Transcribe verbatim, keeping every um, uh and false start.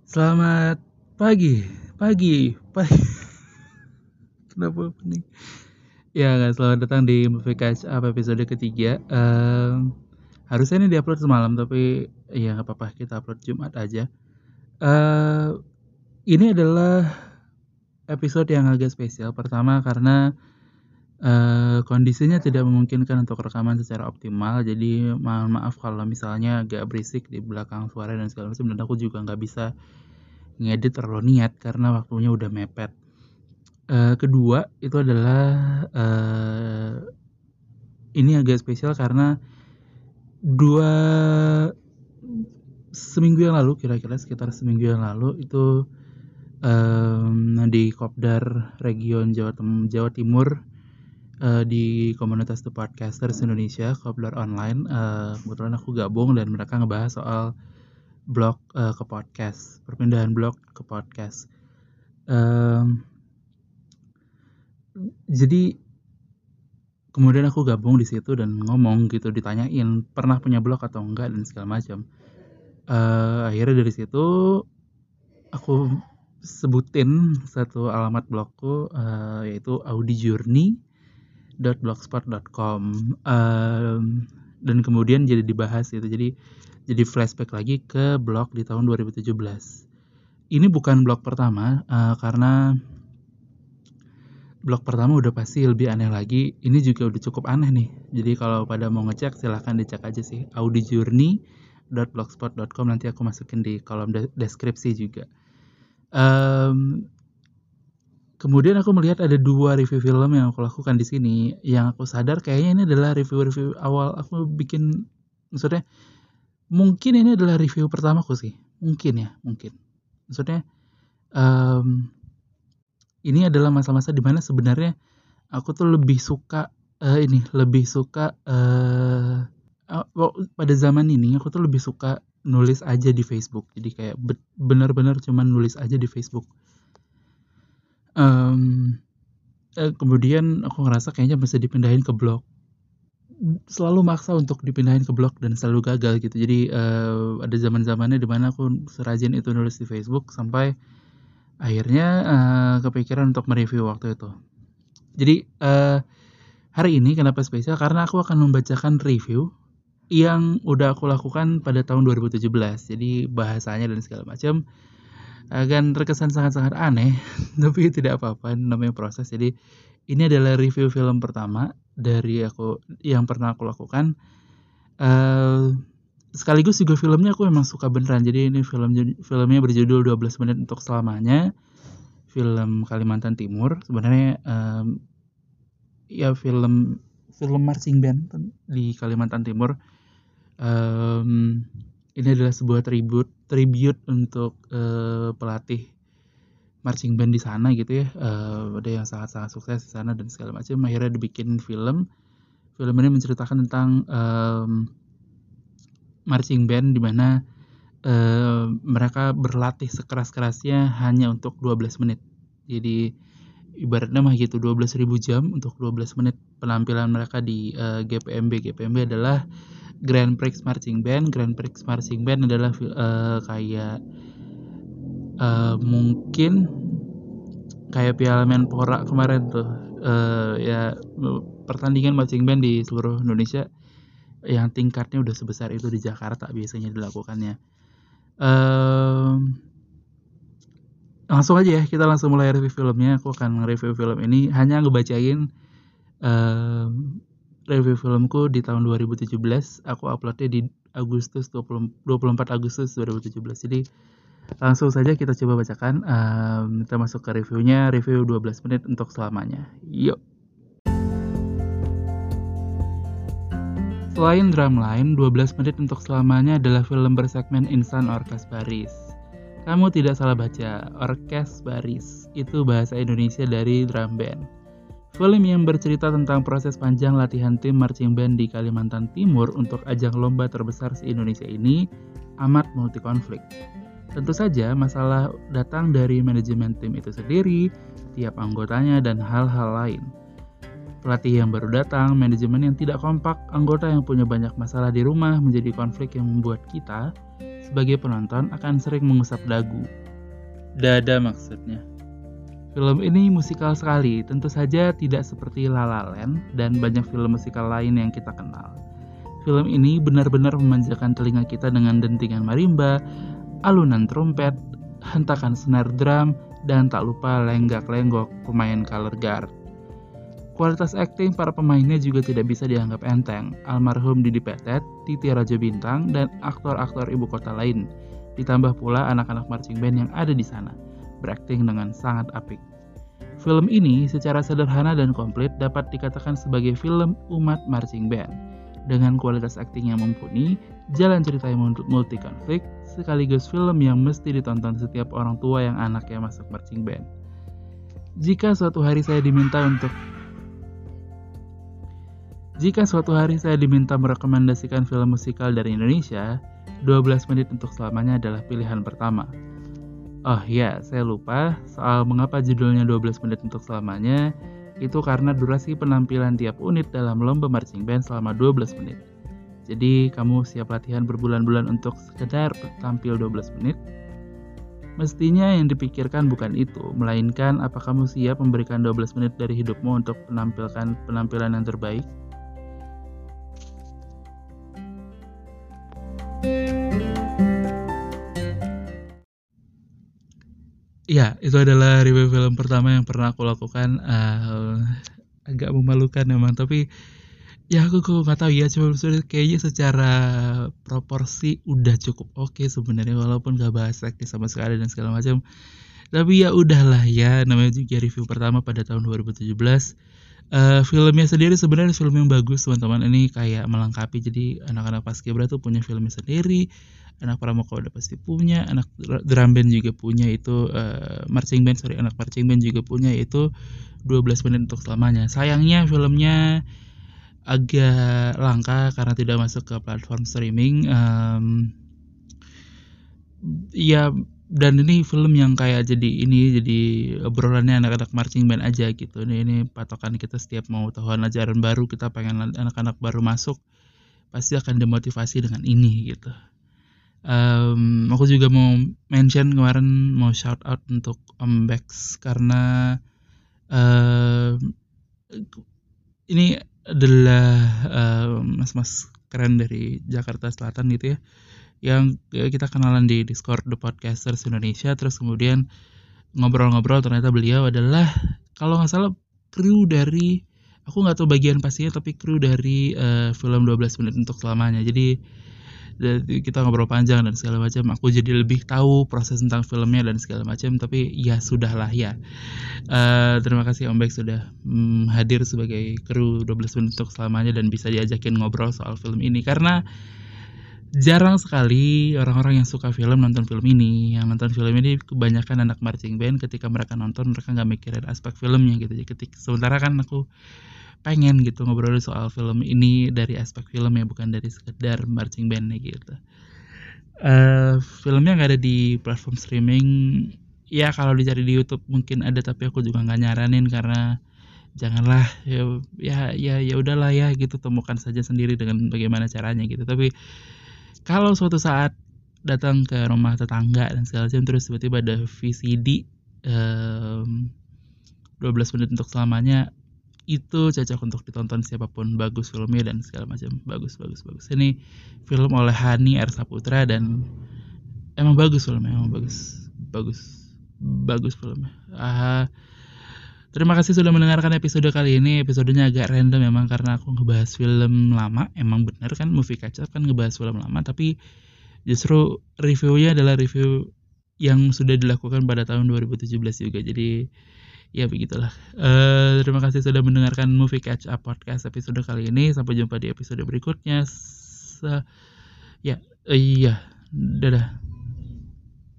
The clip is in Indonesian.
Selamat pagi, pagi, pagi. Kenapa pening? Ya, nggak, selamat datang di Movie Catch Up episode ketiga. Em, harusnya ini diupload semalam, tapi ya nggak apa-apa, kita upload Jumat aja. Eh, ini adalah episode yang agak spesial. Pertama karena eh, kondisinya tidak memungkinkan untuk rekaman secara optimal. Jadi mohon maaf kalau misalnya agak berisik di belakang suara dan segala macam. Dan aku juga nggak bisa ngedit terlalu niat karena waktunya udah mepet. Uh, kedua itu adalah uh, ini agak spesial karena dua seminggu yang lalu, kira-kira sekitar seminggu yang lalu itu um, di Kopdar Region Jawa, Tem- Jawa Timur, uh, di komunitas The Podcasters Indonesia, Kopdar Online, uh, kebetulan aku gabung dan mereka ngebahas soal blog uh, ke podcast, perpindahan blog ke podcast. Um, jadi kemudian aku gabung di situ dan ngomong gitu, ditanyain pernah punya blog atau enggak dan segala macam. Uh, akhirnya dari situ aku sebutin satu alamat blogku, uh, yaitu audijourney dot blogspot dot com, um, dan kemudian jadi dibahas gitu. Jadi jadi flashback lagi ke blog di tahun dua ribu tujuh belas. Ini bukan blog pertama, uh, karena blog pertama udah pasti lebih aneh lagi. Ini juga udah cukup aneh nih. Jadi kalau pada mau ngecek silahkan dicek aja sih, audijourney dot blogspot dot com. Nanti aku masukin di kolom de- deskripsi juga. Um, kemudian aku melihat ada dua review film yang aku lakukan di sini. Yang aku sadar kayaknya ini adalah review-review awal aku bikin. Maksudnya mungkin ini adalah review pertamaku sih. Mungkin ya, mungkin. Maksudnya um, ini adalah masa-masa dimana sebenarnya aku tuh lebih suka uh, ini lebih suka uh, uh, pada zaman ini aku tuh lebih suka nulis aja di Facebook. Jadi kayak be- benar-benar cuman nulis aja di Facebook. Um, eh, kemudian aku ngerasa kayaknya bisa dipindahin ke blog. Selalu maksa untuk dipindahin ke blog dan selalu gagal gitu. Jadi uh, ada zaman-zamannya dimana aku serajin itu nulis di Facebook sampai akhirnya uh, kepikiran untuk mereview waktu itu. Jadi uh, hari ini kenapa spesial? Karena aku akan membacakan review yang udah aku lakukan pada tahun dua ribu tujuh belas. Jadi bahasanya dan segala macam akan terkesan sangat-sangat aneh, tapi tidak apa-apa, namanya proses. Jadi ini adalah review film pertama dari aku yang pernah aku lakukan. Uh, sekaligus juga filmnya aku memang suka beneran. Jadi ini film filmnya berjudul dua belas menit untuk selamanya. Film Kalimantan Timur. Sebenarnya um, ya film film marching band di Kalimantan Timur. Um, ini adalah sebuah tribute tribute untuk uh, pelatih marching band di sana gitu ya. Uh, ada yang sangat-sangat sukses di sana dan segala macam. Akhirnya dibikin film. Film ini menceritakan tentang um, marching band di mana uh, mereka berlatih sekeras-kerasnya hanya untuk dua belas menit. Jadi ibaratnya mah gitu, dua belas ribu jam untuk dua belas menit penampilan mereka di uh, G P M B. G P M B adalah Grand Prix Marching Band. Grand Prix Marching Band adalah uh, kayak uh, mungkin kayak Piala Menpora kemarin tuh, uh, ya pertandingan marching band di seluruh Indonesia yang tingkatnya udah sebesar itu di Jakarta biasanya dilakukannya. Um, langsung aja ya, kita langsung mulai review filmnya. Aku akan review film ini hanya ngebacain um, review filmku di tahun dua ribu tujuh belas. Aku uploadnya di Agustus dua puluh, dua puluh empat Agustus dua ribu tujuh belas. Jadi langsung saja kita coba bacakan. Um, kita masuk ke reviewnya. Review dua belas menit untuk selamanya. Yuk. Selain Drumline, dua belas menit untuk selamanya adalah film bersegmen Insan Orkes Baris. Kamu tidak salah baca, Orkes Baris itu bahasa Indonesia dari drum band. Film yang bercerita tentang proses panjang latihan tim marching band di Kalimantan Timur untuk ajang lomba terbesar se-Indonesia ini amat multi konflik. Tentu saja masalah datang dari manajemen tim itu sendiri, tiap anggotanya, dan hal-hal lain. Pelatih yang baru datang, manajemen yang tidak kompak, anggota yang punya banyak masalah di rumah menjadi konflik yang membuat kita sebagai penonton akan sering mengusap dagu. Dada maksudnya. Film ini musikal sekali, tentu saja tidak seperti La La Land dan banyak film musikal lain yang kita kenal. Film ini benar-benar memanjakan telinga kita dengan dentingan marimba, alunan trompet, hentakan senar drum, dan tak lupa lenggak-lenggok pemain color guard. Kualitas akting para pemainnya juga tidak bisa dianggap enteng. Almarhum Didi Petet, Titi Rajo Bintang, dan aktor-aktor ibu kota lain. Ditambah pula anak-anak marching band yang ada di sana, berakting dengan sangat apik. Film ini secara sederhana dan komplit dapat dikatakan sebagai film umat marching band. Dengan kualitas akting yang mumpuni, jalan cerita yang multi konflik, sekaligus film yang mesti ditonton setiap orang tua yang anaknya masuk marching band. Jika suatu hari saya diminta untuk Jika suatu hari saya diminta merekomendasikan film musikal dari Indonesia, dua belas menit untuk selamanya adalah pilihan pertama. Oh ya, saya lupa soal mengapa judulnya dua belas menit untuk selamanya. Itu karena durasi penampilan tiap unit dalam lomba marching band selama dua belas menit. Jadi kamu siap latihan berbulan-bulan untuk sekedar tampil dua belas menit? Mestinya yang dipikirkan bukan itu, melainkan apa kamu siap memberikan dua belas menit dari hidupmu untuk menampilkan penampilan yang terbaik? Ya, itu adalah review film pertama yang pernah aku lakukan. Uh, agak memalukan memang, tapi ya aku kok nggak tahu ya. Cuma kayaknya secara proporsi udah cukup oke okay sebenarnya, walaupun gak bahas teknis sama sekali dan segala macam. Tapi ya udahlah ya, namanya juga review pertama pada tahun dua ribu tujuh belas. Uh, filmnya sendiri sebenarnya film yang bagus teman-teman. Ini kayak melengkapi, jadi anak-anak Paskibra tuh punya filmnya sendiri, anak Pramuka udah pasti punya, anak drum band juga punya, itu uh, marching band sorry anak marching band juga punya, itu dua belas menit untuk selamanya. Sayangnya filmnya agak langka karena tidak masuk ke platform streaming. Um, ya dan ini film yang kayak jadi ini jadi obrolannya anak-anak marching band aja gitu. Ini ini patokan kita setiap mau tahun ajaran baru, kita pengen anak-anak baru masuk, pasti akan demotivasi dengan ini gitu. Um, aku juga mau mention kemarin, mau shout out untuk Om Bex karena uh, ini adalah uh, mas-mas keren dari Jakarta Selatan gitu ya, yang kita kenalan di Discord The Podcasters Indonesia. Terus kemudian ngobrol-ngobrol, ternyata beliau adalah kalau nggak salah kru dari, aku nggak tahu bagian pastinya, tapi kru dari uh, film dua belas menit untuk selamanya. Jadi kita ngobrol panjang dan segala macam, aku jadi lebih tahu proses tentang filmnya dan segala macam. Tapi ya sudahlah ya. Uh, terima kasih Om Bex sudah um, hadir sebagai kru dua belas menit untuk selamanya dan bisa diajakin ngobrol soal film ini, karena jarang sekali orang-orang yang suka film nonton film ini. Yang nonton film ini kebanyakan anak marching band. Ketika mereka nonton, mereka nggak mikirin aspek filmnya gitu. Ketika sementara kan aku pengen gitu ngobrol soal film ini dari aspek filmnya, bukan dari sekedar marching bandnya gitu. Uh, filmnya nggak ada di platform streaming. Ya kalau dicari di YouTube mungkin ada, tapi aku juga nggak nyaranin karena janganlah ya ya ya ya udahlah ya gitu, temukan saja sendiri dengan bagaimana caranya gitu. Tapi kalau suatu saat datang ke rumah tetangga dan segala macam, terus tiba-tiba ada V C D um, dua belas menit untuk selamanya, itu cocok untuk ditonton siapapun. Bagus filmnya dan segala macam, bagus bagus bagus. Ini film oleh Hani R Saputra dan emang bagus filmnya, emang bagus bagus bagus filmnya. Ah, terima kasih sudah mendengarkan episode kali ini. Episodenya agak random memang karena aku ngebahas film lama. Emang bener kan Movie Catch Up kan ngebahas film lama, tapi justru reviewnya adalah review yang sudah dilakukan pada tahun dua ribu tujuh belas juga. Jadi ya begitulah. Uh, terima kasih sudah mendengarkan Movie Catch Up Podcast episode kali ini. Sampai jumpa di episode berikutnya. S- ya, uh, iya, dadah.